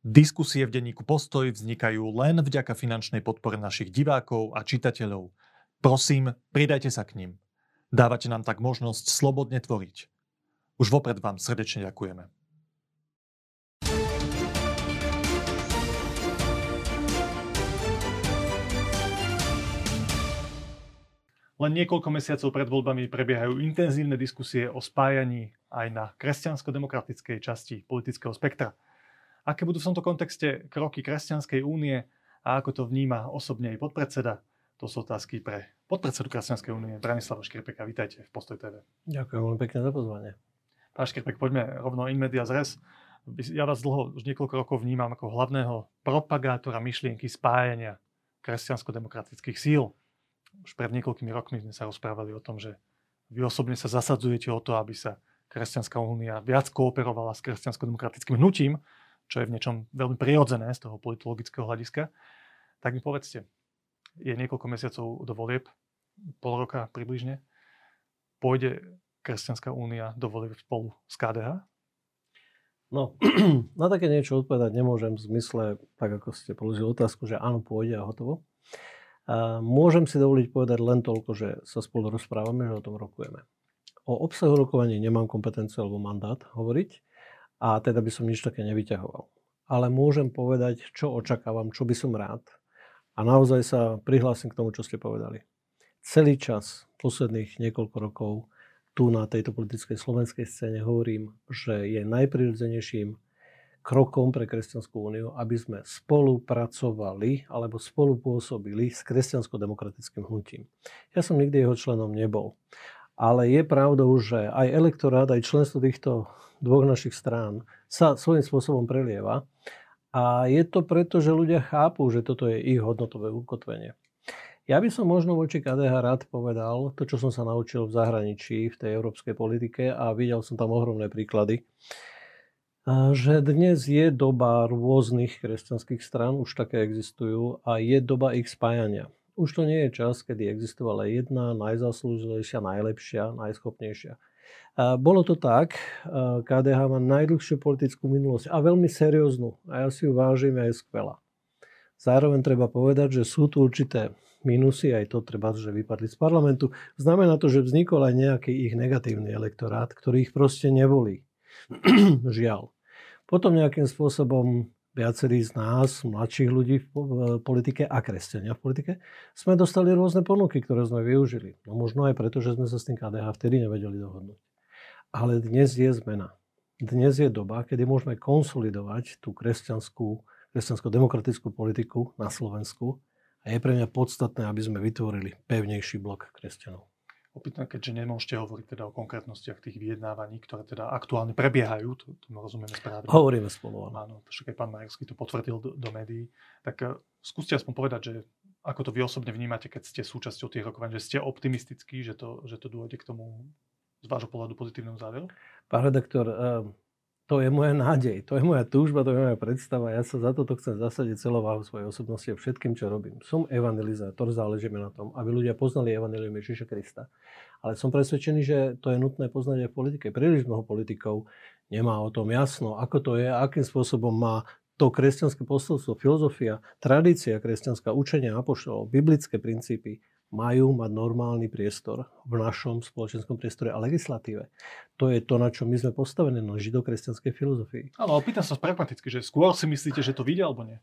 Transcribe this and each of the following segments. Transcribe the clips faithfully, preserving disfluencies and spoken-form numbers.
Diskusie v denníku Postoj vznikajú len vďaka finančnej podpore našich divákov a čitateľov. Prosím, pridajte sa k nim. Dávate nám tak možnosť slobodne tvoriť. Už vopred vám srdečne ďakujeme. Len niekoľko mesiacov pred voľbami prebiehajú intenzívne diskusie o spájaní aj na kresťansko-demokratickej časti politického spektra. Aké budú v tomto kontexte kroky Kresťanskej únie a ako to vníma osobne aj podpredseda? To sú otázky pre podpredsedu Kresťanskej únie Branislava Škripeka. Vítajte v Postoj té vé. Ďakujem veľmi pekne za pozvanie. Pán Škripek, poďme rovno in medias res. Ja vás dlho, už niekoľko rokov vnímam ako hlavného propagátora myšlienky spájania kresťansko-demokratických síl. Už pred niekoľkými rokmi sme sa rozprávali o tom, že vy osobne sa zasadzujete o to, aby sa Kresťanská únia viac kooperovala s kresťansko-demokratickým hnutím, čo je v niečom veľmi prirodzené z toho politologického hľadiska. Tak mi povedzte, je niekoľko mesiacov do volieb, pol roka približne, pôjde Kresťanská únia do volieb spolu s ká dé há? No, na také niečo odpovedať nemôžem v zmysle, tak ako ste položili otázku, že áno, pôjde a hotovo. A môžem si dovoliť povedať len toľko, že sa spolu rozprávame, že o tom rokujeme. O obsahu rokovania nemám kompetenciu alebo mandát hovoriť, a teda by som nič také nevyťahoval. Ale môžem povedať, čo očakávam, čo by som rád. A naozaj sa prihlásim k tomu, čo ste povedali. Celý čas, posledných niekoľko rokov, tu na tejto politickej slovenskej scéne hovorím, že je najprirodzenejším krokom pre Kresťanskú úniu, aby sme spolupracovali alebo spolupôsobili s kresťansko-demokratickým hnutím. Ja som nikdy jeho členom nebol. Ale je pravdou, že aj elektorát, aj členstvo týchto dvoch našich strán sa svojím spôsobom prelieva. A je to preto, že ľudia chápu, že toto je ich hodnotové ukotvenie. Ja by som možno voči ká dé há rád povedal to, čo som sa naučil v zahraničí, v tej európskej politike, a videl som tam ohromné príklady, že dnes je doba rôznych kresťanských strán, už také existujú, a je doba ich spájania. Už to nie je čas, kedy existovala jedna najzáslužnejšia, najlepšia, najschopnejšia. Bolo to tak, ká dé há má najdlhšiu politickú minulosť a veľmi serióznu, a ja si ju vážim a je skvelá. Zároveň treba povedať, že sú tu určité minusy, aj to treba, že vypadli z parlamentu. Znamená to, že vznikol aj nejaký ich negatívny elektorát, ktorý ich proste nevolí. Žiaľ. Potom nejakým spôsobom viacerí z nás, mladších ľudí v politike a kresťania v politike, sme dostali rôzne ponuky, ktoré sme využili. No možno aj preto, že sme sa s tým ká dé há vtedy nevedeli dohodnúť. Ale dnes je zmena. Dnes je doba, kedy môžeme konsolidovať tú kresťanskú, kresťansko-demokratickú politiku na Slovensku, a je pre mňa podstatné, aby sme vytvorili pevnejší blok kresťanov. Opýtam, keďže nemôžete hovoriť teda o konkrétnostiach tých vyjednávaní, ktoré teda aktuálne prebiehajú, to, to rozumieme správne. Hovoríme spolu. Áno, však aj pán Majerský to potvrdil do, do médií. Tak uh, skúste aspoň povedať, že ako to vy osobne vnímate, keď ste súčasťou tých rokovaní, že ste optimistickí, že to, že to dôjde k tomu z vášho pohľadu pozitívnemu záveru? Pán redaktor, to je moja nádej, to je moja túžba, to je moja predstava. Ja sa za toto chcem zasadiť celou váhu svojej osobnosti a všetkým, čo robím. Som evangelizátor, záleží mi na tom, aby ľudia poznali evanjelium Ježiša Krista. Ale som presvedčený, že to je nutné poznať aj v politike. Príliš mnoho politikov nemá o tom jasno, ako to je, akým spôsobom má to kresťanské posolstvo, filozofia, tradícia kresťanská, učenia apoštolov, biblické princípy majú mať normálny priestor v našom spoločenskom priestore a legislatíve. To je to, na čo my sme postavení, na židokresťanskej filozofii. Ale opýtam sa pragmaticky, že skôr si myslíte, že to vyjde alebo nie?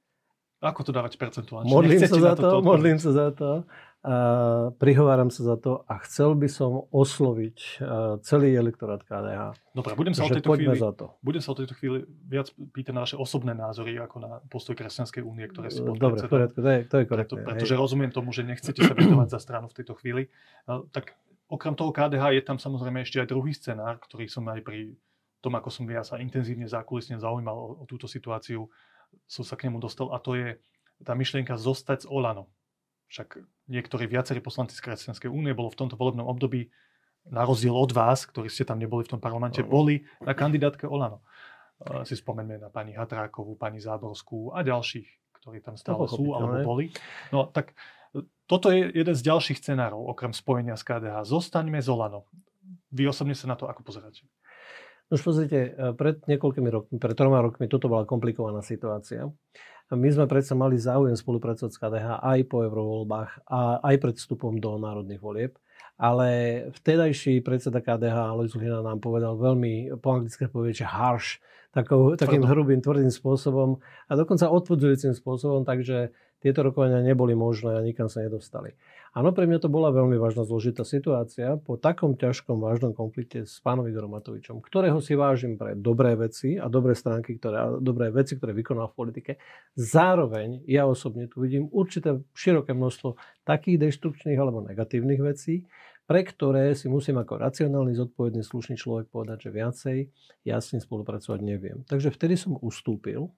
Ako to dávať percentuálne? Modlím sa za to, to modlím sa za to, a prihováram sa za to a chcel by som osloviť celý elektorát ká dé há. Dobre, budem sa, o tejto chvíli, budem sa o tejto chvíli viac pýtať na vaše osobné názory ako na postoj Kresťanskej únie, ktoré si podpredsedom. Dobre, v poriadku, to je, to je korektné. Preto, pretože rozumiem tomu, že nechcete sa vetovať za stranu v tejto chvíli. No, tak okrem toho ká dé há je tam samozrejme ešte aj druhý scenár, ktorý som aj pri tom, ako som ja sa intenzívne zákulisne zaujímal o, o túto situáciu, som sa k nemu dostal, a to je tá myšlienka zostať s Olano. Však niektorí viacerí poslanci z Kresťanskej únie bolo v tomto volebnom období, na rozdiel od vás, ktorí ste tam neboli v tom parlamente, boli na kandidátke Olano. Uh, si spomeňme na pani Hatrákovú, pani Záborskú a ďalších, ktorí tam stále sú alebo boli. No tak toto je jeden z ďalších scenárov, okrem spojenia s ká dé há. Zostaňme s Olano. Vy osobne sa na to ako pozeráte? No už pozrite, pred niekoľkými rokmi, pred troma rokmi, toto bola komplikovaná situácia. My sme predsa mali záujem spolupracovať s ká dé há aj po eurovoľbách a aj pred vstupom do národných volieb. Ale vtedajší predseda ká dé há Alojz Hlina nám povedal veľmi, po anglicky povie, že harsh, takou, takým hrubým, tvrdým spôsobom a dokonca odpudzujúcim spôsobom, takže tieto rokovania neboli možné a nikam sa nedostali. Áno, pre mňa to bola veľmi vážna zložitá situácia po takom ťažkom, vážnom konflikte s pánom Igorom Matovičom, ktorého si vážim pre dobré veci a dobré stránky, ktoré, dobré veci, ktoré vykonal v politike. Zároveň ja osobne tu vidím určité široké množstvo takých deštrukčných alebo negatívnych vecí, pre ktoré si musím ako racionálny, zodpovedný, slušný človek povedať, že viacej ja s ním spolupracovať neviem. Takže vtedy som ustúpil.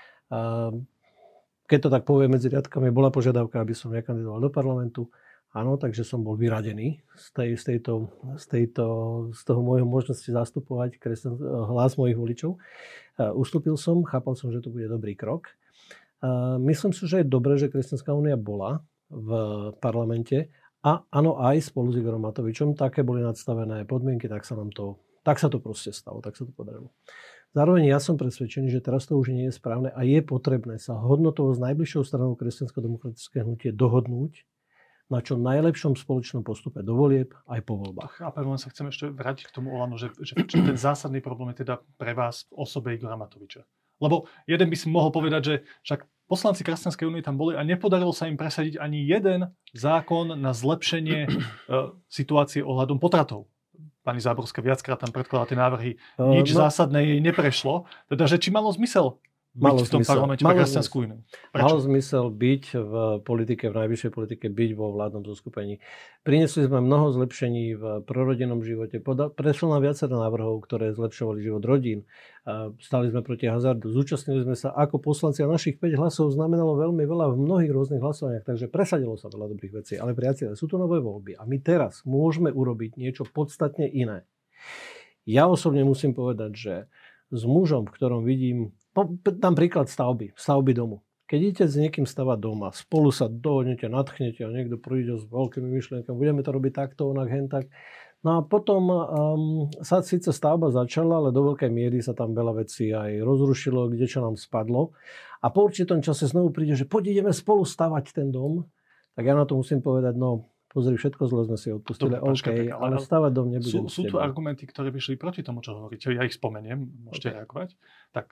Keď to tak poviem medzi riadkami, bola požiadavka, aby som nekandidoval do parlamentu. Áno, takže som bol vyradený z, tej, z, tejto, z, tejto, z toho môjho možnosti zastupovať kresťan, hlas mojich voličov. Ustúpil som, chápal som, že to bude dobrý krok. Myslím si, že je dobré, že Kresťanská únia bola v parlamente a áno, aj spolu s Igorom Matovičom. Také boli nadstavené podmienky, tak sa nám to, tak sa to proste stalo, tak sa to podarilo. Zároveň ja som presvedčený, že teraz to už nie je správne a je potrebné sa hodnotovo s najbližšou stranou kresťansko-demokratické hnutie dohodnúť na čo najlepšom spoločnom postupe do volieb aj po voľbách. A len sa chcem ešte vrátiť k tomu, Olano, že, že ten zásadný problém je teda pre vás v osobe Igora Matoviča. Lebo jeden by si mohol povedať, že však poslanci Kresťanskej únie tam boli a nepodarilo sa im presadiť ani jeden zákon na zlepšenie e, situácie ohľadom potratov. Pani Záborská viackrát tam predkladala tie návrhy. Nič no, zásadné jej neprešlo. Teda, že či malo zmysel byť v tom parlamente pre Kresťanskú úniu? Malo zmysel byť v politike, v najvyššej politike, byť vo vládnom zoskupení. Priniesli sme mnoho zlepšení v prorodinnom živote. Prešlo nám viacero návrhov, ktoré zlepšovali život rodín. Stali sme proti hazardu. Zúčastnili sme sa ako poslanci a našich päť hlasov znamenalo veľmi veľa v mnohých rôznych hlasovaniach. Takže presadilo sa veľa dobrých vecí. Ale priatelia, sú tu nové voľby a my teraz môžeme urobiť niečo podstatne iné. Ja osobne musím povedať, že s mužom, v ktorom vidím, dám príklad stavby, stavby domu. Keď idete s niekým stavať doma, spolu sa dohodnete, nadchnete a niekto príde s veľkými myšlienkami, budeme to robiť takto, onak, hen tak. No a potom um, sa síce stavba začala, ale do veľkej miery sa tam veľa vecí aj rozrušilo, kde čo nám spadlo. A po určitom čase znovu príde, že poď ideme spolu stavať ten dom. Tak ja na to musím povedať, no pozri, všetko zle sme si odpustili, Dobre, OK, ale, ale stavať dom nebudem. Sú, sú tu argumenty, ktoré by šli proti tomu, čo hovoríte. Ja ich spomeniem, môžete okay. reagovať. Tak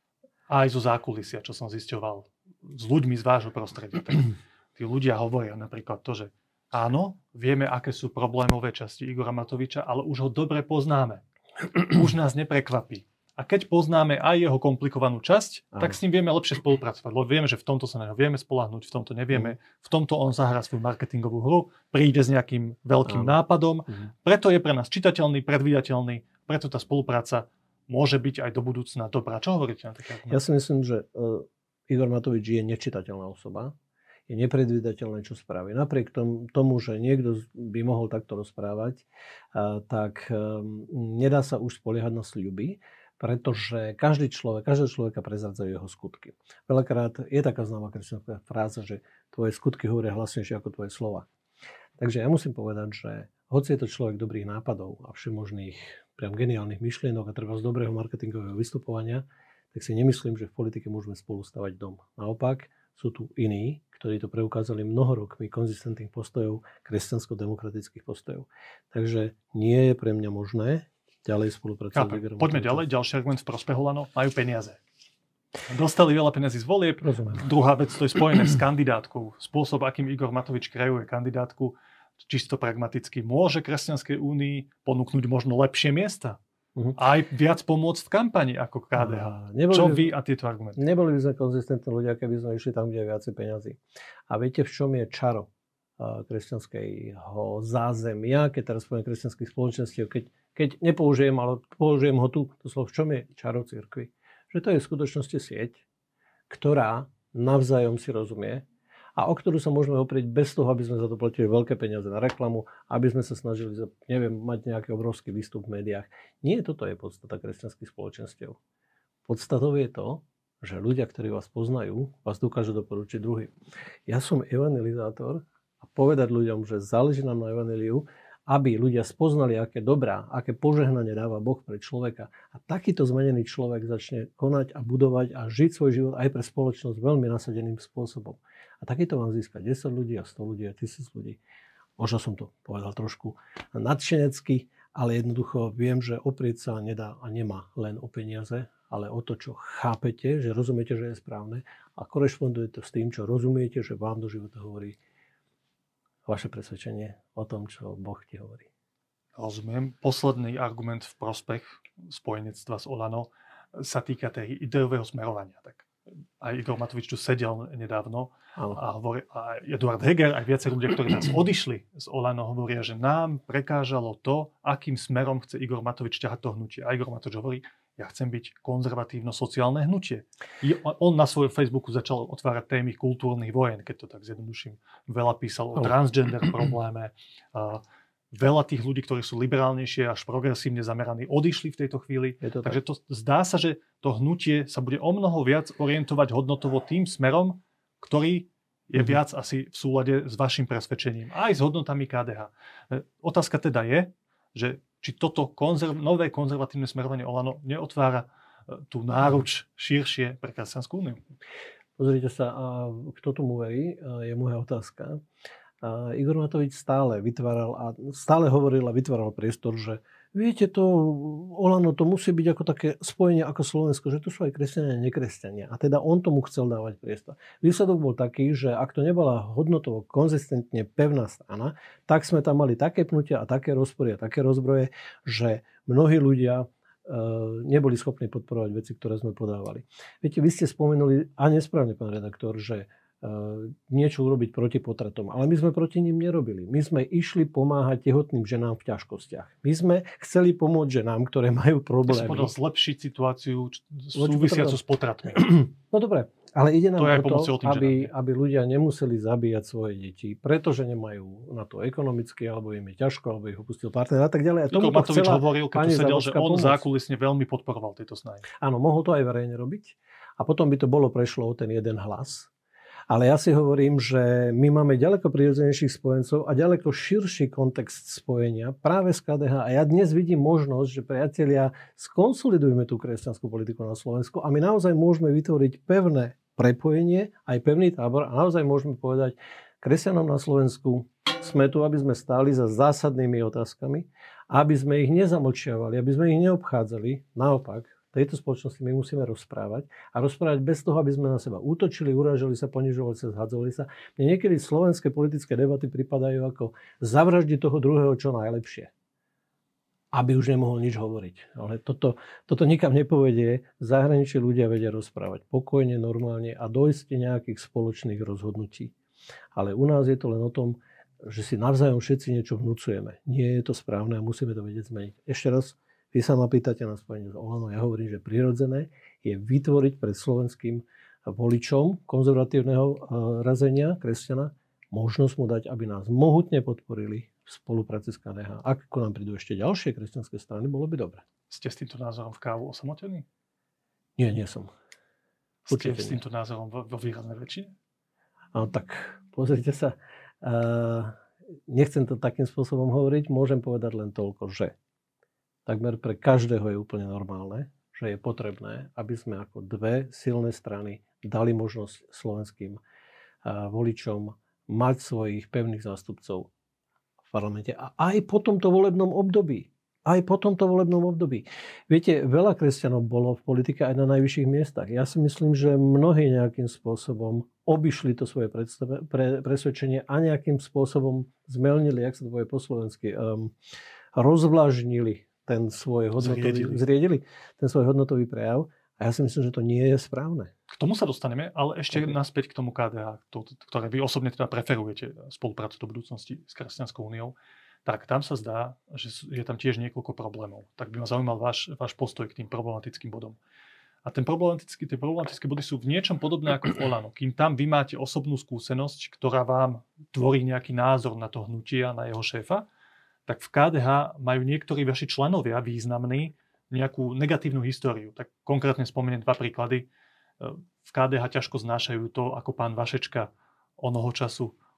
aj zo zákulisia, čo som zisťoval s ľuďmi z vášho prostredia. Tak tí ľudia hovoria napríklad to, že áno, vieme, aké sú problémové časti Igora Matoviča, ale už ho dobre poznáme. Už nás neprekvapí. A keď poznáme aj jeho komplikovanú časť, áno. tak s ním vieme lepšie spolupracovať. Lebo vieme, že v tomto sa na neho vieme spoľahnúť, v tomto nevieme. V tomto on zahrá svoju marketingovú hru, príde s nejakým veľkým áno. nápadom. Mhm. Preto je pre nás čitateľný, predvídateľný, preto tá spolupráca môže byť aj do budúcna dobrá. Čo hovoríte na také argumenty? Ja si myslím, že uh, Igor Matovič je nečitateľná osoba. Je nepredvídateľné, čo spraví. Napriek tomu, tomu že niekto by mohol takto rozprávať, uh, tak um, nedá sa už spoliehať na sľuby, pretože každý človek, každého človeka prezradzajú jeho skutky. Veľakrát je taká známa kresťanská fráza, že tvoje skutky hovoria hlasnejšie ako tvoje slova. Takže ja musím povedať, že hoci je to človek dobrých nápadov a všemožných priam geniálnych myšlienok a treba z dobrého marketingového vystupovania, tak si nemyslím, že v politike môžeme spolu stavať dom. Naopak, sú tu iní, ktorí to preukázali mnoho rokmi konzistentných postojov, kresťansko-demokratických postojov. Takže nie je pre mňa možné ďalej spolupracovať. Chápem. Poďme ďalej. Ďalší argument v prospech Olano. Majú peniaze. Dostali veľa peniazí z volieb. Rozumiem. Druhá vec, to je spojené s kandidátkou. Spôsob, akým Igor Matovič kreuje kandidátku, čisto pragmaticky, môže Kresťanskej únii ponúknuť možno lepšie miesta. Uh-huh. Aj viac pomôcť v kampani ako ká dé há. Neboli, Čo vy a tieto argumenty? Neboli by sme konzistentní ľudia, keby sme išli tam, kde je viacej peňazí. A viete, v čom je čaro kresťanského zázemia, keď teraz poviem kresťanských spoločenstiev, keď, keď nepoužijem, ale použijem ho tu, to slovo, v čom je čaro cirkvi? Že to je v skutočnosti sieť, ktorá navzájom si rozumie a o ktorú sa môžeme oprieť bez toho, aby sme za to platili veľké peniaze na reklamu, aby sme sa snažili, neviem, mať nejaký obrovský výstup v médiách. Nie toto je podstata kresťanských spoločenstiev. Podstatou je to, že ľudia, ktorí vás poznajú, vás dokážu doporučiť druhým. Ja som evangelizátor a povedať ľuďom, že záleží nám na evanjeliu aby ľudia spoznali, aké dobrá, aké požehnanie dáva Boh pre človeka. A takýto zmenený človek začne konať a budovať a žiť svoj život aj pre spoločnosť veľmi nasadeným spôsobom. A takýto vám získa desať ľudí a sto ľudí a tisíc ľudí. Možno som to povedal trošku nadšenecky, ale jednoducho viem, že oprieť sa nedá a nemá len o peniaze, ale o to, čo chápete, že rozumiete, že je správne a korešponduje to s tým, čo rozumiete, že vám do života hovorí vaše presvedčenie o tom, čo Boh ti hovorí. Rozumiem. Posledný argument v prospech spojenectva s Olano sa týka tej ideového smerovania. Tak aj Igor Matovič tu sedel nedávno a, hovorí, a Eduard Heger, aj viacerí ľudia, ktorí nás odišli z Olano, hovoria, že nám prekážalo to, akým smerom chce Igor Matovič ťahať to hnutie. A Igor Matovič hovorí, ja chcem byť konzervatívno-sociálne hnutie. On na svojom Facebooku začal otvárať témy kultúrnych vojen, keď to tak zjednoduším. Veľa písal o transgender probléme. Veľa tých ľudí, ktorí sú liberálnejšie až progresívne zameraní, odišli v tejto chvíli. To Takže to, zdá sa, že to hnutie sa bude o mnoho viac orientovať hodnotovo tým smerom, ktorý je mm-hmm. viac asi v súlade s vašim presvedčením. Aj s hodnotami ká dé há. Otázka teda je, že či toto konzerv, nové konzervatívne smerovanie Olano neotvára tú náruč širšie pre Kresťanskú úniu. Pozrite sa, kto tomu verí, je moja otázka. Igor Matovič stále vytváral a stále hovoril a vytváral priestor, že viete, to Olano to musí byť ako také spojenie ako Slovensko, že tu sú aj kresťania a nekresťania. A teda on tomu chcel dávať priestor. Výsledok bol taký, že ak to nebola hodnotovo konzistentne pevná strana, tak sme tam mali také pnutia a také rozpory a také rozbroje, že mnohí ľudia e, neboli schopní podporovať veci, ktoré sme podávali. Viete, vy ste spomenuli, a nesprávne, pán redaktor, že niečo urobiť proti potratom. Ale my sme proti ním nerobili. My sme išli pomáhať tehotným ženám v ťažkostiach. My sme chceli pomôcť ženám, ktoré majú problémy. To si zlepšiť situáciu súvisiacu s potratmi. No dobre, ale ide nám to o to, aby, aby ľudia nemuseli zabíjať svoje deti, pretože nemajú na to ekonomicky, alebo im je ťažko, alebo ich opustil partner a tak ďalej. A tomu to Matovič hovoril, keď tu sedel, že on zákulisne veľmi podporoval tieto snahy. Áno, mohol to aj verejne robiť. A potom by to bolo prešlo o ten jeden hlas. Ale ja si hovorím, že my máme ďaleko prirodzenejších spojencov a ďaleko širší kontext spojenia práve z ká dé há. A ja dnes vidím možnosť, že priatelia, skonsolidujeme tú kresťanskú politiku na Slovensku a my naozaj môžeme vytvoriť pevné prepojenie, aj pevný tábor a naozaj môžeme povedať kresťanom na Slovensku, sme tu, aby sme stáli za zásadnými otázkami, aby sme ich nezamlčiavali, aby sme ich neobchádzali. Naopak, v tejto spoločnosti my musíme rozprávať a rozprávať bez toho, aby sme na seba útočili, urážali sa, ponižovali sa, zhadzovali sa. Mne niekedy slovenské politické debaty pripadajú ako zavraždiť toho druhého čo najlepšie, aby už nemohol nič hovoriť. Ale toto, toto nikam nepovedie. V zahraničí ľudia vedia rozprávať pokojne, normálne a dojsť nejakých spoločných rozhodnutí. Ale u nás je to len o tom, že si navzájom všetci niečo vnúcujeme. Nie je to správne a musíme to vedieť zmeniť. Ešte raz, vy sa ma pýtate na spojenie s Olano, ja hovorím, že prirodzené je vytvoriť pred slovenským voličom konzervatívneho razenia, kresťana, možnosť mu dať, aby nás mohutne podporili v spolupráci s ká dé há. Ak k nám prídu ešte ďalšie kresťanské strany, bolo by dobre. Ste s týmto názorom v kávu osamotení? Nie, nie som. Ste s týmto názorom vo, vo výraznej väčšine? No tak, pozrite sa. Uh, nechcem to takým spôsobom hovoriť, môžem povedať len toľko, že takmer pre každého je úplne normálne, že je potrebné, aby sme ako dve silné strany dali možnosť slovenským voličom mať svojich pevných zástupcov v parlamente. A aj po tomto volebnom období. Aj po tomto volebnom období. Viete, veľa kresťanov bolo v politike aj na najvyšších miestach. Ja si myslím, že mnohí nejakým spôsobom obišli to svoje predstave, pre, presvedčenie a nejakým spôsobom zmelnili, jak sa to povie po slovensky, um, rozvlažnili ten svoj hodnotový, zriedili. zriedili ten svoj hodnotový prejav. A ja si myslím, že to nie je správne. K tomu sa dostaneme, ale ešte okay. naspäť k tomu ká dé há, to, ktoré vy osobne teda preferujete spoluprácu do budúcnosti s Kresťanskou úniou. Tak tam sa zdá, že je tam tiež niekoľko problémov. Tak by ma zaujímal váš, váš postoj k tým problematickým bodom. A ten problematický, tie problematické body sú v niečom podobné ako v Olano. Kým tam vy máte osobnú skúsenosť, ktorá vám tvorí nejaký názor na to hnutie a na jeho šéfa, tak v ká dé há majú niektorí vaši členovia významní nejakú negatívnu históriu. Tak konkrétne spomeniem dva príklady. V ká dé há ťažko znášajú to, ako pán Vašečka onoho času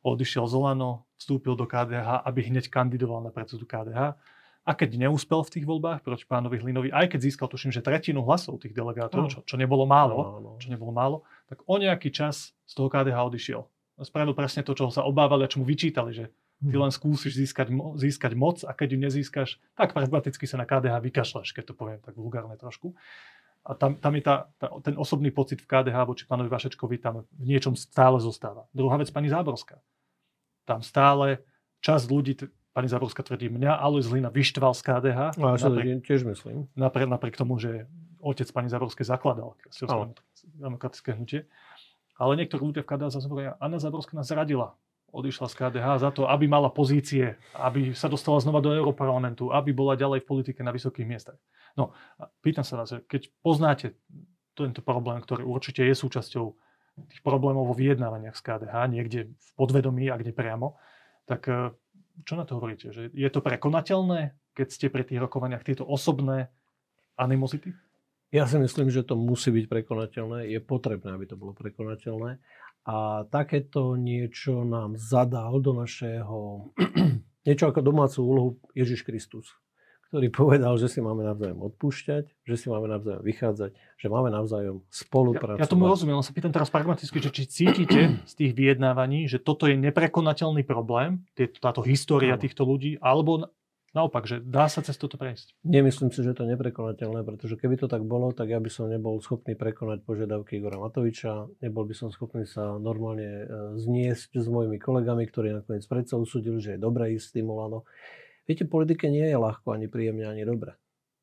odišiel z Olano, vstúpil do ká dé há, aby hneď kandidoval na predsedu ká dé há. A keď neúspel v tých voľbách proti pánovi Hlinovi, aj keď získal, tuším, že tretinu hlasov tých delegátov, čo, čo nebolo málo, čo nebolo málo, tak o nejaký čas z toho ká dé há odišiel. Spravil presne to, čo sa obávali a čo mu vyčítali, že ty len skúsiš získať, získať moc a keď ju nezískaš, tak pragmaticky sa na ká dé há vykašľaš, keď to poviem tak vulgárne trošku. A tam, tam je tá, tá, ten osobný pocit v ká dé há voči pánovi Vašečkovi tam v niečom stále zostáva. Druhá vec, pani Záborská. Tam stále časť ľudí, pani Záborská tvrdí, mňa Alojz Hlina vyštval z ká dé há. No, ja napriek, tiež myslím. Napriek, napriek tomu, že otec pani Záborskej zakladal demokratické hnutie. Ale niektorí ľudia v ká dé há zase hovoria, Anna Záborská nás zradila. Odišla z ká dé há za to, aby mala pozície, aby sa dostala znova do Europarlamentu, aby bola ďalej v politike na vysokých miestach. No, pýtam sa vás, keď poznáte tento problém, ktorý určite je súčasťou tých problémov vo vyjednávaniach z ká dé há, niekde v podvedomí, ak nie priamo, tak čo na to hovoríte? Že je to prekonateľné, keď ste pri tých rokovaniach tieto osobné animozity? Ja si myslím, že to musí byť prekonateľné. Je potrebné, aby to bolo prekonateľné. A takéto niečo nám zadal do našeho, niečo ako domácu úlohu Ježiš Kristus, ktorý povedal, že si máme navzájom odpúšťať, že si máme navzájom vychádzať, že máme navzájom spolupracovať. Ja, ja tomu rozumiem, len sa pýtam teraz pragmaticky, že či cítite z tých vyjednávaní, že toto je neprekonateľný problém, táto história týchto ľudí, alebo naopak, že dá sa cez toto prejsť? Nemyslím si, že to je neprekonateľné, pretože keby to tak bolo, tak ja by som nebol schopný prekonať požiadavky Igora Matoviča, nebol by som schopný sa normálne zniesť s mojimi kolegami, ktorí nakoniec predsa usúdili, že je dobré ísť s tým Olano. Viete, politike nie je ľahko ani príjemne, ani dobre.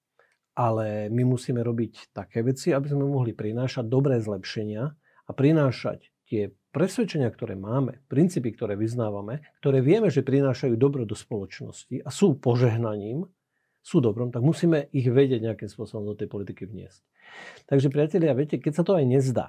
Ale my musíme robiť také veci, aby sme mohli prinášať dobré zlepšenia a prinášať tie presvedčenia, ktoré máme, princípy, ktoré vyznávame, ktoré vieme, že prinášajú dobro do spoločnosti a sú požehnaním, sú dobrom, tak musíme ich vedieť nejakým spôsobom do tej politiky vniesť. Takže priatelia, viete, keď sa to aj nezdá,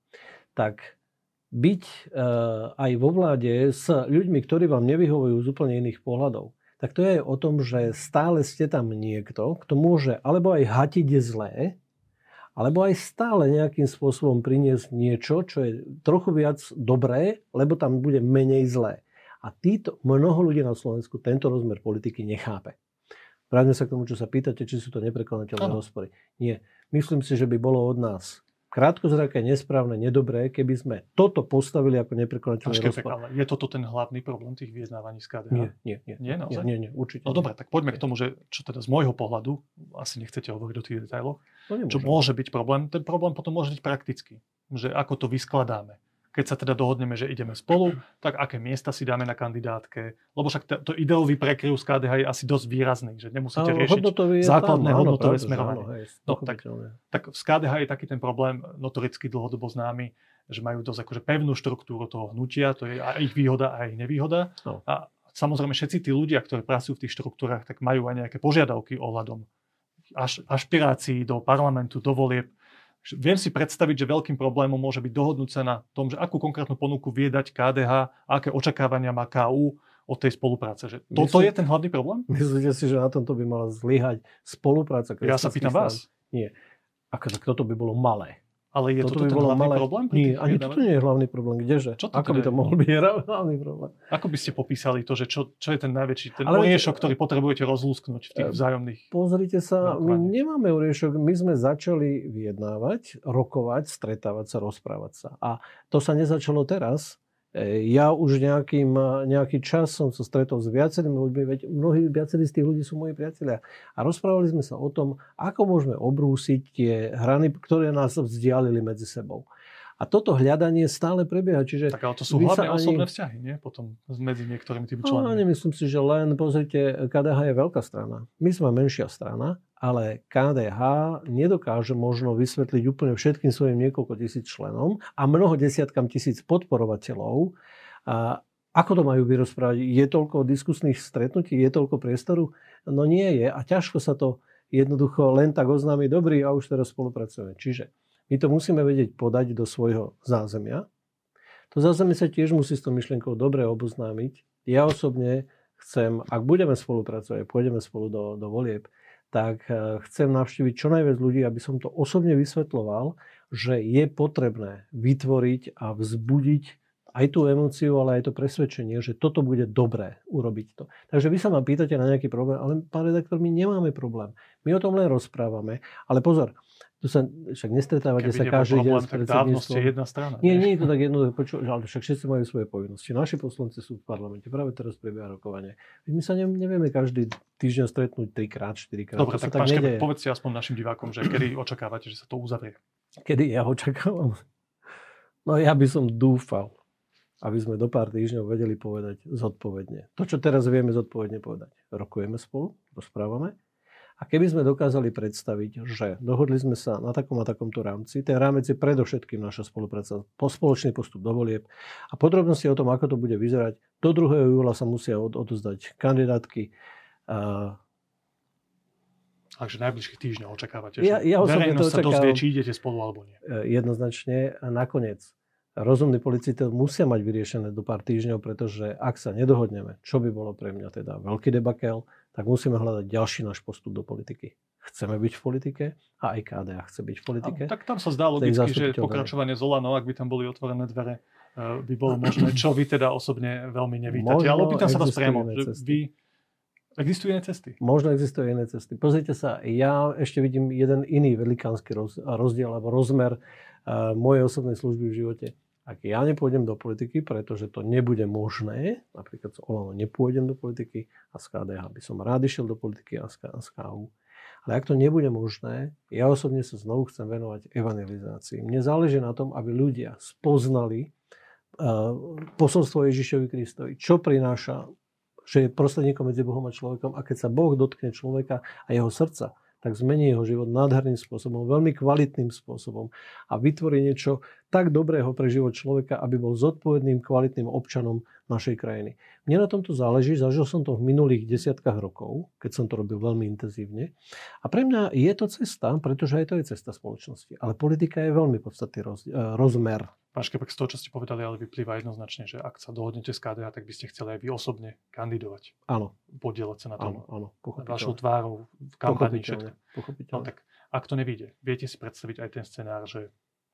tak byť e, aj vo vláde s ľuďmi, ktorí vám nevyhovujú z úplne iných pohľadov, tak to je o tom, že stále ste tam niekto, kto môže alebo aj hatiť zlé, alebo aj stále nejakým spôsobom priniesť niečo, čo je trochu viac dobré, lebo tam bude menej zlé. A títo, mnoho ľudí na Slovensku tento rozmer politiky nechápe. Vráťme sa k tomu, čo sa pýtate, či sú to neprekonateľné rozpory. Nie. Myslím si, že by bolo od nás krátkozraké, nesprávne, nedobré, keby sme toto postavili ako neprekonateľný rozpor. Ale je toto ten hlavný problém tých vyjednávaní z ká dé há? Nie, nie, nie. Nie, naozaj? Nie, nie, určite. No dobre, tak poďme nie. k tomu, že čo teda z môjho pohľadu, asi nechcete hovoriť o tých detailoch, no, čo môže byť problém. Ten problém potom môže byť praktický, že ako to vyskladáme. Keď sa teda dohodneme, že ideme spolu, tak aké miesta si dáme na kandidátke, lebo však to, to ideový prekryv z ká dé há je asi dosť výrazný, že nemusíte ale riešiť základné tam, hodnotové áno, smerovanie. Áno, hej, no, tak, tak v ká dé há je taký ten problém notoricky dlhodobo známy, že majú dosť akože pevnú štruktúru toho hnutia, to je aj ich výhoda a ich nevýhoda. No. A samozrejme všetci tí ľudia, ktorí pracujú v tých štruktúrach, tak majú aj nejaké požiadavky ohľadom až, ašpirácií do parlamentu, do volieb. Viem si predstaviť, že veľkým problémom môže byť dohodnúť sa na tom, že akú konkrétnu ponuku vie dať ká dé há, aké očakávania má ká ú od tej spolupráce. Že toto Myslím, je ten hlavný problém? Myslíte si, že na tomto by mala zlyhať spolupráca? Ja sa pýtam strán? vás. Nie. Ako toto by bolo malé. Ale je toto toto ten hlavný malé... problém? Nie, ani toto nie je hlavný problém. Kdeže? Čo to Ako teda by to mohol byť hlavný problém? Ako by ste popísali to, že čo, čo je ten najväčší, ten oriešok, ktorý potrebujete rozlúsknuť v tých vzájomných... Pozrite sa, my nemáme oriešok, my sme začali vyjednávať, rokovať, stretávať sa, rozprávať sa. A to sa nezačalo teraz. Ja už nejakým, nejaký čas som sa stretol s viacerými ľuďmi, veď mnohí viacerí z tých ľudí sú moji priatelia. A rozprávali sme sa o tom, ako môžeme obrúsiť tie hrany, ktoré nás vzdialili medzi sebou. A toto hľadanie stále prebieha. Čiže tak ale to sú hlavne ani... osobné vzťahy, nie? Potom medzi niektorými tými členmi. No, nemyslím si, že len, pozrite, ká dé há je veľká strana. My sme menšia strana, ale ká dé há nedokáže možno vysvetliť úplne všetkým svojim niekoľko tisíc členom a mnoho desiatkam tisíc podporovateľov. A ako to majú vyrozprávať? Je toľko diskusných stretnutí? Je toľko priestoru? No nie je. A ťažko sa to jednoducho len tak oznámi. Dobrý, a už teraz spolupracujeme. Čiže my to musíme vedieť podať do svojho zázemia. To zázemie sa tiež musí s tou myšlienkou dobre oboznámiť. Ja osobne chcem, ak budeme spolupracovať, pôjdeme spolu do, do volieb, tak chcem navštíviť čo najviac ľudí, aby som to osobne vysvetľoval, že je potrebné vytvoriť a vzbudiť aj tú emóciu, ale aj to presvedčenie, že toto bude dobré urobiť to. Takže vy sa ma pýtate na nejaký problém, ale pán redaktor, my nemáme problém. My o tom len rozprávame. Ale pozor, tu sa však nestretávate sa každý deň s predsedníctvom. Tak dávno ste jedna strana. Nie, nie je to tak jednoduché, ale však všetci majú svoje povinnosti. Naši poslanci sú v parlamente, práve teraz prebieha rokovanie. My sa nevieme každý týždeň stretnúť trikrát, štyrikrát. Dobre, tak, tak pán Škebek, povedzte aspoň našim divákom, že kedy očakávate, že sa to uzavrie. Kedy ja očakávam? No ja by som dúfal, aby sme do pár týždňov vedeli povedať zodpovedne. To, čo teraz vieme zodpovedne povedať. Rokujeme spolu, rozprávame. A keby sme dokázali predstaviť, že dohodli sme sa na takom a takomto rámci, ten rámec je predovšetkým naša spolupráca, po spoločný postup do volieb a podrobnosti o tom, ako to bude vyzerať, do druhého júla sa musia od, odozdať kandidátky. A... Takže najbližších týždňov očakávate, ja, ja že verejnosť sa dozvie, či idete spolu alebo nie. Jednoznačne. A nakoniec rozumní politici to musia mať vyriešené do pár týždňov, pretože ak sa nedohodneme, čo by bolo pre mňa teda veľký debakel, tak musíme hľadať ďalší náš postup do politiky. Chceme byť v politike a aj ká dé á chce byť v politike. A, tak tam sa zdá logicky, že pokračovanie z Olano, ak by tam boli otvorené dvere, by bolo možné, čo vy teda osobne veľmi nevítate. Ale opýtam sa vás priamo, že vy... Existujú iné cesty? Možno existujú iné cesty. Pozrite sa, ja ešte vidím jeden iný velikánsky rozdiel alebo rozmer uh, mojej osobnej služby v živote. Ak ja nepôjdem do politiky, pretože to nebude možné, napríklad z Olano nepôjdem do politiky a z ká dé há by som rád išiel do politiky a z ká ú. Ale ak to nebude možné, ja osobne sa znovu chcem venovať evangelizácii. Mne záleží na tom, aby ľudia spoznali uh, posolstvo Ježišovi Kristovi, čo prináša, že je prostredníkom medzi Bohom a človekom a keď sa Boh dotkne človeka a jeho srdca, tak zmení jeho život nádherným spôsobom, veľmi kvalitným spôsobom a vytvorí niečo tak dobrého pre život človeka, aby bol zodpovedným, kvalitným občanom našej krajiny. Mne na tomto záleží, zažil som to v minulých desiatkách rokov, keď som to robil veľmi intenzívne. A pre mňa je to cesta, pretože aj to je cesta spoločnosti. Ale politika je veľmi podstatný roz, rozmer. Pán Škebek, z toho, čo ste povedali, ale vyplýva jednoznačne, že ak sa dohodnete s ká dé á, tak by ste chceli aj vy osobne kandidovať. Áno. Podieľať sa na tom. Áno, áno. Vašou tvárou v kampani. Pochopiteľne. Pochopiteľne. No tak, ak to nevíde, viete si predstaviť aj ten scenár, že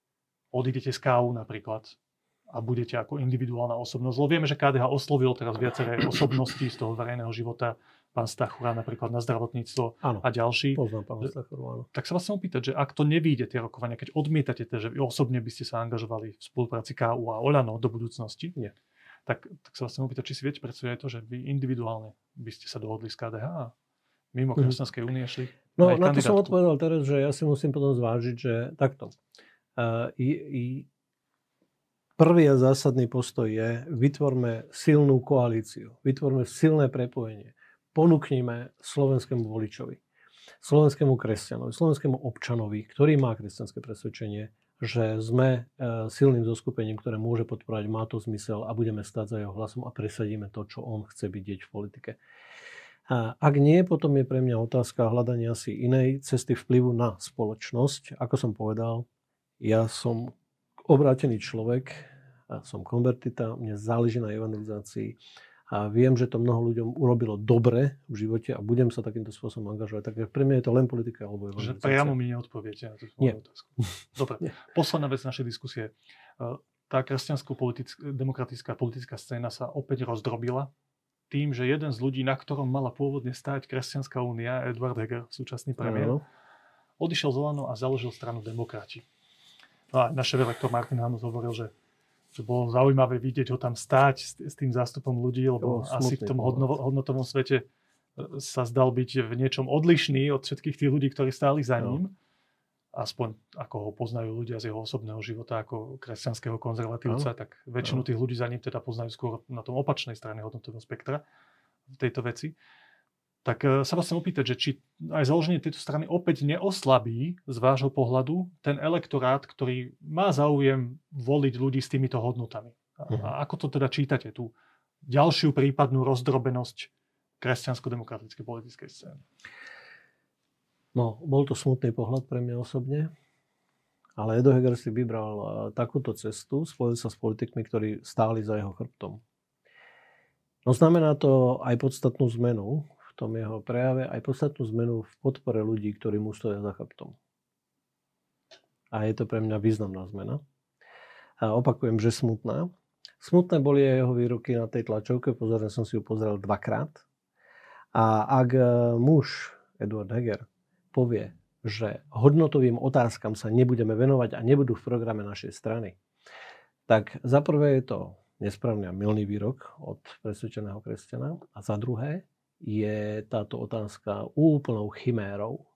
odídete z ká ú napríklad a budete ako individuálna osobnosť. Lebo vieme, že ká dé há oslovilo teraz viaceré osobnosti z toho verejného života, pán Stachura napríklad na zdravotníctvo áno, a ďalší. Poznám pána Stachuru, áno. Tak sa vás chcem opýtať, že ak to nevíde tie rokovania, keď odmietate, že vy osobne by ste sa angažovali v spolupráci ká ú a Olano do budúcnosti, nie. Tak, tak sa vás chcem opýtať, či si viete predstaviť aj to, že vy individuálne by ste sa dohodli s ká dé há a mimo mm. Kresťanskej únie šli. No na to som odpovedal teraz, že ja si musím potom zvážiť, že takto. Uh, i, i, prvý a zásadný postoj je, vytvorme silnú koalíciu, vytvorme silné prepojenie. Ponúknime slovenskému voličovi, slovenskému kresťanovi, slovenskému občanovi, ktorý má kresťanské presvedčenie, že sme silným zoskupením, ktoré môže podporovať, má to zmysel a budeme stáť za jeho hlasom a presadíme to, čo on chce vidieť v politike. A ak nie, potom je pre mňa otázka hľadania si inej cesty vplyvu na spoločnosť. Ako som povedal, ja som obrátený človek, som konvertita, mne záleží na evangelizácii. A viem, že to mnoho ľuďom urobilo dobre v živote a budem sa takýmto spôsobom angažovať. Takže pre mňa je to len politika alebo evangelizácia. Že priamo mi neodpoviete na tú svoju otázku. Dobre, Nie. Posledná vec našej diskusie. Tá kresťansko-demokratická politická scéna sa opäť rozdrobila tým, že jeden z ľudí, na ktorom mala pôvodne stáť Kresťanská únia, Eduard Heger, súčasný premiér, no. odišiel z Olano a založil stranu Demokrati. No a náš šéf-redaktor Martin Hanus hovoril, že že bolo zaujímavé vidieť ho tam stáť s, s tým zástupom ľudí, lebo asi v tom hodno, hodnotovom svete sa zdal byť v niečom odlišný od všetkých tých ľudí, ktorí stáli za ním. No. Aspoň ako ho poznajú ľudia z jeho osobného života ako kresťanského konzervatívca, no. tak väčšinu no. tých ľudí za ním teda poznajú skôr na tom opačnej strane hodnotového spektra v tejto veci. Tak sa vás chcem opýtať, že či aj založenie tejto strany opäť neoslabí z vášho pohľadu ten elektorát, ktorý má záujem voliť ľudí s týmito hodnotami. A, a ako to teda čítate, tú ďalšiu prípadnú rozdrobenosť kresťansko-demokratickej politickej scény? No, bol to smutný pohľad pre mňa osobne, ale Edo Heger si vybral takúto cestu, spojil sa s politikmi, ktorí stáli za jeho chrbtom. No znamená to aj podstatnú zmenu v tom jeho prejave, aj podstatnú zmenu v podpore ľudí, ktorí mu stoja za chrbtom. A je to pre mňa významná zmena. A opakujem, že smutná. Smutné boli aj jeho výroky na tej tlačovke, pozorne som si ju pozrel dvakrát. A ak muž Eduard Heger povie, že hodnotovým otázkam sa nebudeme venovať a nebudú v programe našej strany, tak za prvé je to nesprávny a mylný výrok od presvedčeného kresťana a za druhé je táto otázka úplnou chimérou.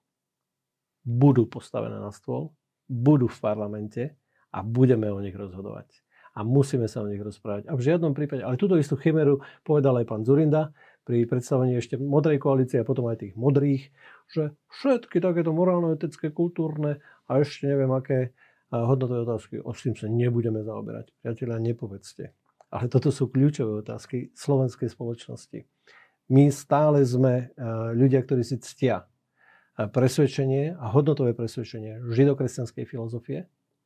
Budú postavené na stôl, budú v parlamente a budeme o nich rozhodovať. A musíme sa o nich rozprávať. A v žiadnom prípade, ale túto istú chiméru povedal aj pán Dzurinda pri predstavení ešte modrej koalície a potom aj tých modrých, že všetky takéto morálno-etické, kultúrne a ešte neviem aké hodnotové otázky, o s tým sa nebudeme zaoberať. Priatelia, nepovedzte. Ale toto sú kľúčové otázky slovenskej spoločnosti. My stále sme ľudia, ktorí si ctia presvedčenie a hodnotové presvedčenie židokresťanskej filozofie,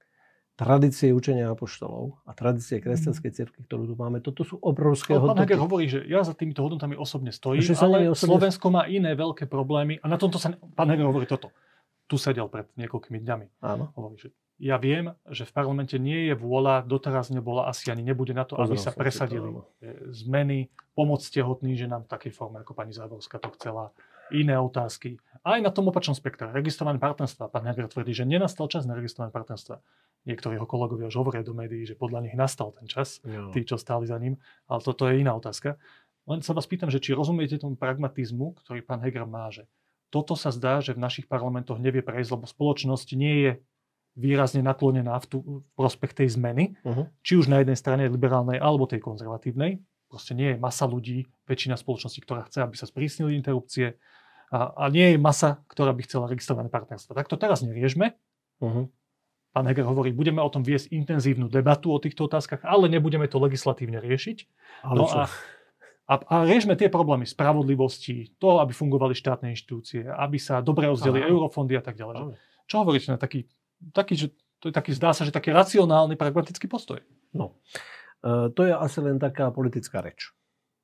tradície učenia apoštolov a tradície kresťanskej cirkvi, ktorú tu máme. Toto sú obrovské ale hodnoty. Pán Heger hovorí, že ja za týmito hodnotami osobne stojím, Že ale osobne... Slovensko má iné veľké problémy a na tomto sa... Pán Heger hovorí toto. Tu sedel pred niekoľkými dňami. Áno. Hovorí, že ja viem, že v parlamente nie je vôľa, doteraz nebola, asi ani nebude na to, Pozrel aby sa presadili to, zmeny, pomoc tehotným ženám v takej forme, ako pani Záborská to chcela, iné otázky. Aj na tom opačnom spektre, registrované partnerstva. Pán Heger tvrdí, že nenastal čas na registrované partnerstva. Niektorí jeho kolegovia už hovoria do médií, že podľa nich nastal ten čas, no. Tí, čo stáli za ním, ale toto je iná otázka. Len sa vás pýtam, že či rozumiete tomu pragmatizmu, ktorý pán Heger má, že toto sa zdá, že v našich parlamentoch nevie prejsť, lebo spoločnosť nie je výrazne naklonená v, tú, v prospech tej zmeny, uh-huh. či už na jednej strane liberálnej alebo tej konzervatívnej. Proste nie je masa ľudí, väčšina spoločnosti, ktorá chce, aby sa sprísnili interrupcie a, a nie je masa, ktorá by chcela registrované partnerstvo. Tak to teraz neriešme. Uh-huh. Pán Heger hovorí, budeme o tom viesť intenzívnu debatu o týchto otázkach, ale nebudeme to legislatívne riešiť. Ale no a, a, a riešme tie problémy spravodlivosti, to, aby fungovali štátne inštitúcie, aby sa dobre rozdelili eurofondy a tak ďalej. Že, čo hovoríte na taký, taký, že to je taký, zdá sa, že taký racionálny, pragmatický postoj? No, e, to je asi len taká politická reč.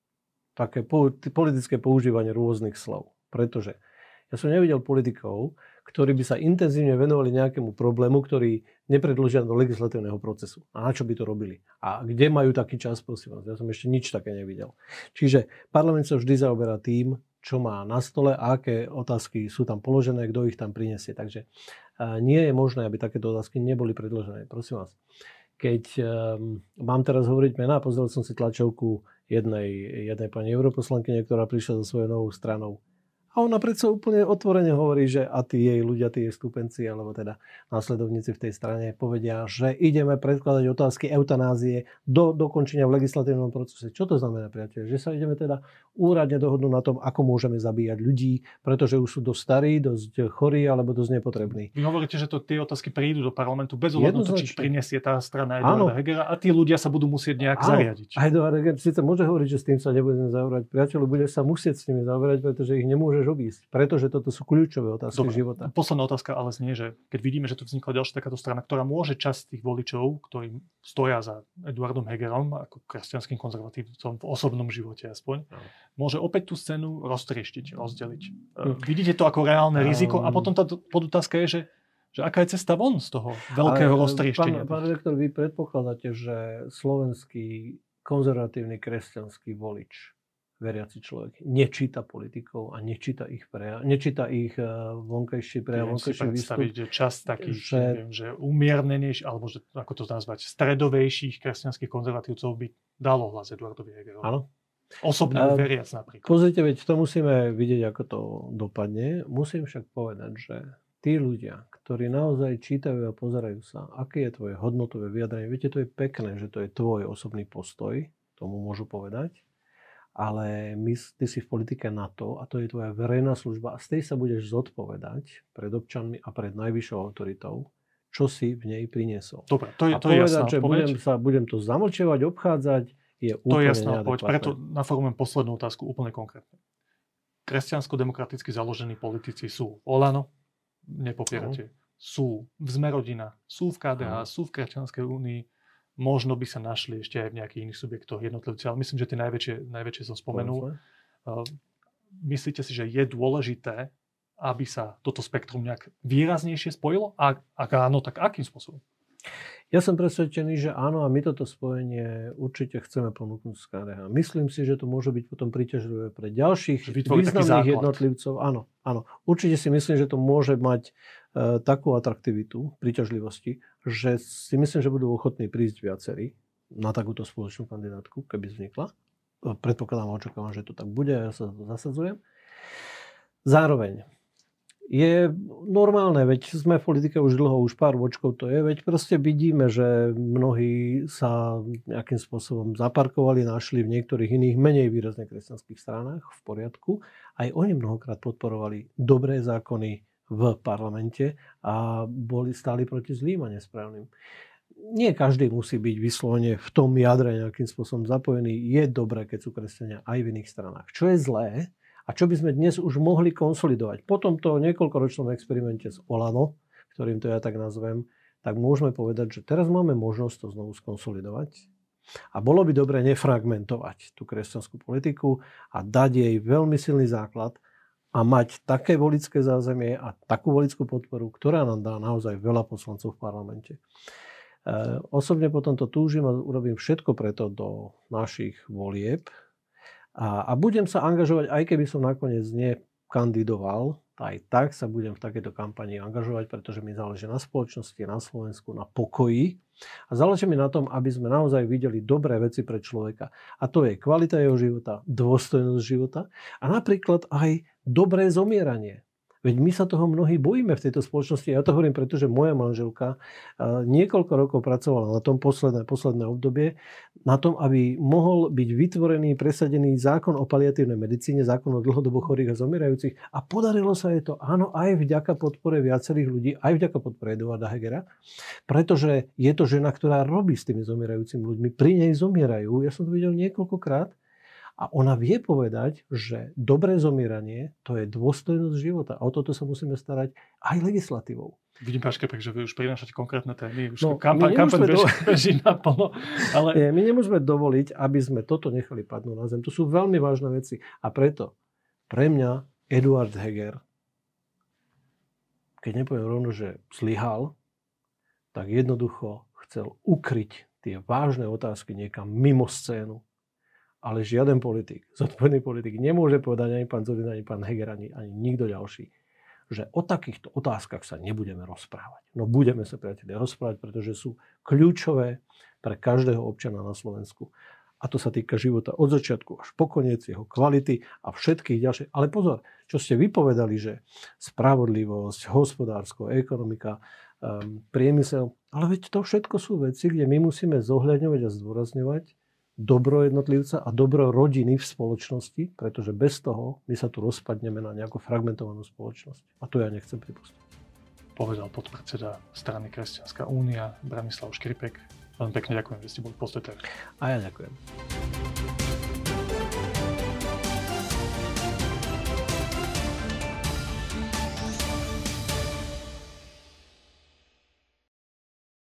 Také po, politické používanie rôznych slov. Pretože ja som nevidel politikov, ktorí by sa intenzívne venovali nejakému problému, ktorý nepredložia do legislatívneho procesu. A na čo by to robili? A kde majú taký čas, prosím vás? Ja som ešte nič také nevidel. Čiže parlament sa vždy zaoberá tým, čo má na stole a aké otázky sú tam položené, kto ich tam prinesie. Takže nie je možné, aby takéto otázky neboli predložené. Prosím vás, keď um, mám teraz hovoriť mená, pozrel som si tlačovku jednej, jednej pani europoslankyne, ktorá prišla so svojou novou stranou. A ona predsa úplne otvorene hovorí, že a tí jej ľudia, tí jej stúpenci, alebo teda následovníci v tej strane povedia, že ideme predkladať otázky eutanázie do dokončenia v legislatívnom procese. Čo to znamená, priateľ? Že sa ideme teda úradne dohodnúť na tom, ako môžeme zabíjať ľudí, pretože už sú dosť starí, dosť chorí alebo dosť nepotrební. Vy hovoríte, že to, tie otázky prídu do parlamentu bez ohľadu na to, či ich prinesie tá strana Eduarda Hegera a tí ľudia sa budú musieť nejak Áno. zariadiť. A Eduard Heger síce môže hovoriť, že s tým sa nebudeme zaoberať. Priateľu, bude sa musieť s nimi zaoberať, pretože ich nemôže obísť, pretože toto sú kľúčové otázky Dobre, života. Posledná otázka ale znie, že keď vidíme, že tu vznikla ďalšia takáto strana, ktorá môže časť tých voličov, ktorí stoja za Eduardom Hegerom, ako kresťanským konzervatívcom v osobnom živote aspoň, no. môže opäť tú scénu roztrieštiť, rozdeliť. Hm. Vidíte to ako reálne um, riziko a potom tá podotázka je, že, že aká je cesta von z toho veľkého roztrieštenia. Pán, pán redaktor, vy predpokladáte, že slovenský konzervatívny kresťanský volič veriaci človek nečíta politikov a nečíta ich prejav, nečíta ich uh, vonkajší prejav, vonkajší výstup. Viem si predstaviť, že čas takých, že, neviem, že umiernenejších, alebo že, ako to nazvať, stredovejších kresťanských konzervatívcov by dalo hlas Eduardovi Hegerovi. Áno. Osobne uh, veriac napríklad. Pozrite, veď to musíme vidieť, ako to dopadne. Musím však povedať, že tí ľudia, ktorí naozaj čítajú a pozerajú sa, aké je tvoje hodnotové vyjadrenie, viete, to je pekné, že to je tvoj osobný postoj, tomu môžu povedať, ale my, ty si v politike na to a to je tvoja verejná služba a z tej sa budeš zodpovedať pred občanmi a pred najvyššou autoritou, čo si v nej priniesol. Dobre, to je, a to povedať, je jasná že budem, sa, budem to zamlčevať, obchádzať, je úplne to je jasná odpoveď. neadekvátne. Preto naformujem poslednú otázku úplne konkrétne. Kresťansko-demokraticky založení politici sú Olano, nepopierate, no. sú v Sme rodina, sú v ká dé há, no. sú v Kresťanskej únii. Možno by sa našli ešte aj v nejakých iných subjektoch jednotlivci, ale myslím, že tie najväčšie, najväčšie som spomenul. Uh, myslíte si, že je dôležité, aby sa toto spektrum nejak výraznejšie spojilo? A ak áno, tak akým spôsobom? Ja som presvedčený, že áno, a my toto spojenie určite chceme ponúknuť z ká dé há. Myslím si, že to môže byť potom príťažlivé pre ďalších významných jednotlivcov. Áno, áno. Určite si myslím, že to môže mať e, takú atraktivitu, príťažlivosti, že si myslím, že budú ochotní prísť viacerí na takúto spoločnú kandidátku, keby vznikla. Predpokladám a očakávam, že to tak bude, ja sa to zasadzujem. Zároveň je normálne, veď sme v politike už dlho, už pár vočkov to je, veď proste vidíme, že mnohí sa nejakým spôsobom zaparkovali, našli v niektorých iných menej výrazne kresťanských stranách, v poriadku. Aj oni mnohokrát podporovali dobré zákony v parlamente a boli stáli proti zlým a nesprávnym. Nie každý musí byť vyslovene v tom jadre nejakým spôsobom zapojený. Je dobré, keď sú kresťania aj v iných stranách. Čo je zlé, a čo by sme dnes už mohli konsolidovať? Po tomto niekoľkoročnom experimente s Olano, ktorým to ja tak nazvem, tak môžeme povedať, že teraz máme možnosť to znovu skonsolidovať. A bolo by dobre nefragmentovať tú kresťanskú politiku a dať jej veľmi silný základ a mať také voličské zázemie a takú voličskú podporu, ktorá nám dá naozaj veľa poslancov v parlamente. E, osobne potom to túžim a urobím všetko preto do našich volieb. A, a budem sa angažovať, aj keby som nakoniec nekandidoval, aj tak sa budem v takejto kampani angažovať, pretože mi záleží na spoločnosti, na Slovensku, na pokoji. A záleží mi na tom, aby sme naozaj videli dobré veci pre človeka. A to je kvalita jeho života, dôstojnosť života a napríklad aj dobré zomieranie. Veď my sa toho mnohí bojíme v tejto spoločnosti. Ja to hovorím, pretože moja manželka niekoľko rokov pracovala na tom posledné, posledné obdobie, na tom, aby mohol byť vytvorený, presadený zákon o paliatívnej medicíne, zákon o dlhodobo chorých a zomierajúcich. A podarilo sa jej to, áno, aj vďaka podpore viacerých ľudí, aj vďaka podpore Eduarda Hegera, pretože je to žena, ktorá robí s tými zomierajúcimi ľuďmi. Pri nej zomierajú, ja som to videl niekoľkokrát. A ona vie povedať, že dobré zomieranie to je dôstojnosť života. A o toto sa musíme starať aj legislatívou. Vidím, pán Škripek, že vy už prinášate konkrétne témy. Už no, kampaň, kampaň beží, beží naplno. Ale... Nie, my nemôžeme dovoliť, aby sme toto nechali padnúť na zem. To sú veľmi vážne veci. A preto pre mňa Eduard Heger, keď nepoviem rovno, že zlyhal, tak jednoducho chcel ukryť tie vážne otázky niekam mimo scénu. Ale žiaden politik, zodpovedný politik nemôže povedať ani pán Zorin, ani pán Heger, ani, ani nikto ďalší, že o takýchto otázkach sa nebudeme rozprávať. No budeme sa, priatelia, rozprávať, pretože sú kľúčové pre každého občana na Slovensku. A to sa týka života od začiatku až po koniec, jeho kvality a všetkých ďalších. Ale pozor, čo ste vypovedali, že spravodlivosť, hospodársko, ekonomika, um, priemysel, ale veď to všetko sú veci, kde my musíme zohľadňovať a zdôrazňovať dobro jednotlivca a dobro rodiny v spoločnosti, pretože bez toho my sa tu rozpadneme na nejakú fragmentovanú spoločnosť. A to ja nechcem pripustiť. Povedal podpredseda strany Kresťanská únia Branislav Škripek. Veľmi pekne ďakujem, že ste boli v Postoji té vé. A ja ďakujem.